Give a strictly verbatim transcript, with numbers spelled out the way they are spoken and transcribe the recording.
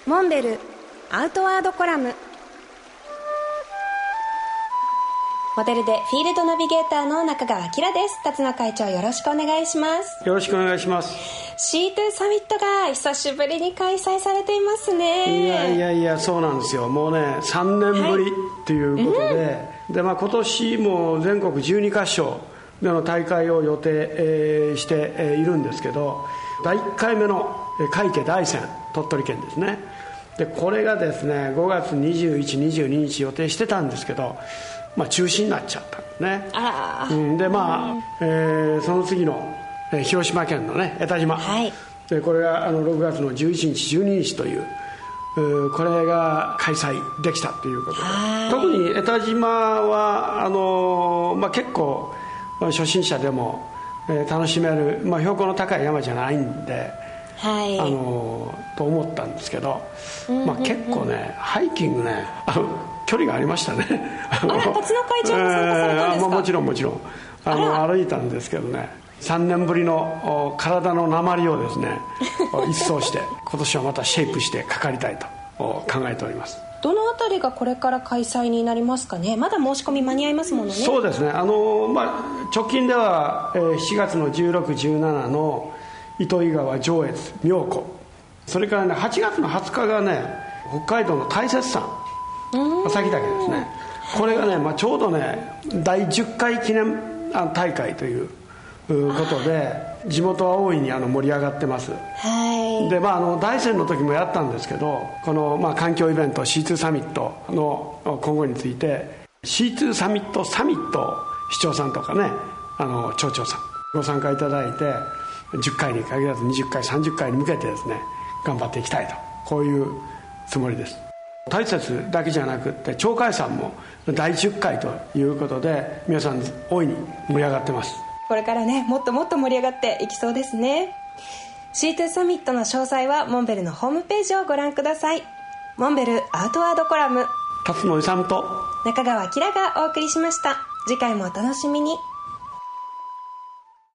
モンベルアウトワードコラム。モデルでフィールドナビゲーターの中川明です。辰野会長、よろしくお願いします。 よろしくお願いします。 シーツー サミットが久しぶりに開催されていますね。 いやいやいや、そうなんですよ。もうねさんねんぶりということで、はい、でまあ、今年も全国じゅうにかしょでの大会を予定、えー、しているんですけど、だいいっかいめの会期大山鳥取県ですね。でこれがですねごがつにじゅういち、にじゅうににち予定してたんですけど、まあ、中止になっちゃったんですね。 あら、 うん、でまあ、えー、その次の、えー、広島県のね江田島、 はい、でこれがあのろくがつのじゅういちにち、じゅうににちという、これが開催できたということで、特に江田島はあの、まあ、結構初心者でも、えー、楽しめる、まあ、標高の高い山じゃないんで、 はい、 あのと思ったんですけど、まあ、結構ねハイキングねあの距離がありましたね。 あら、辰野会長も参加されたんですか？ えー、もちろんもちろんあの歩いたんですけどね、さんねんぶりの体の訛をですね一掃して今年はまたシェイプしてかかりたいと考えております。 どのあたりがこれから開催になりますかね。まだ申し込み間に合いますものね。 そうですね、あの、まあ、直近では、えー、しちがつのじゅうろく、じゅうななの糸魚川上越妙高、それからねはちがつのはつかがね北海道の大雪山旭岳ですね。これがね、まあ、ちょうどねだいじゅっかい記念大会ということで地元は大いにあの盛り上がってます。 はい、 で、まあ、あの大山の時もやったんですけど、この、まあ、環境イベント シーツー サミットの今後について シーツー サミットサミットを市長さんとかね、あの町長さんご参加いただいてじゅっかいに限らずにじゅっかい、さんじゅっかいに向けてですね頑張っていきたいと、こういうつもりです。大雪だけじゃなくって鳥海山もだいじゅっかいということで皆さん大いに盛り上がってます。 これからねもっともっと盛り上がっていきそうですね。 シーツー サミットの詳細はモンベルのホームページをご覧ください。モンベルアウトワードコラム、 辰野勇と中川明がお送りしました。次回もお楽しみに。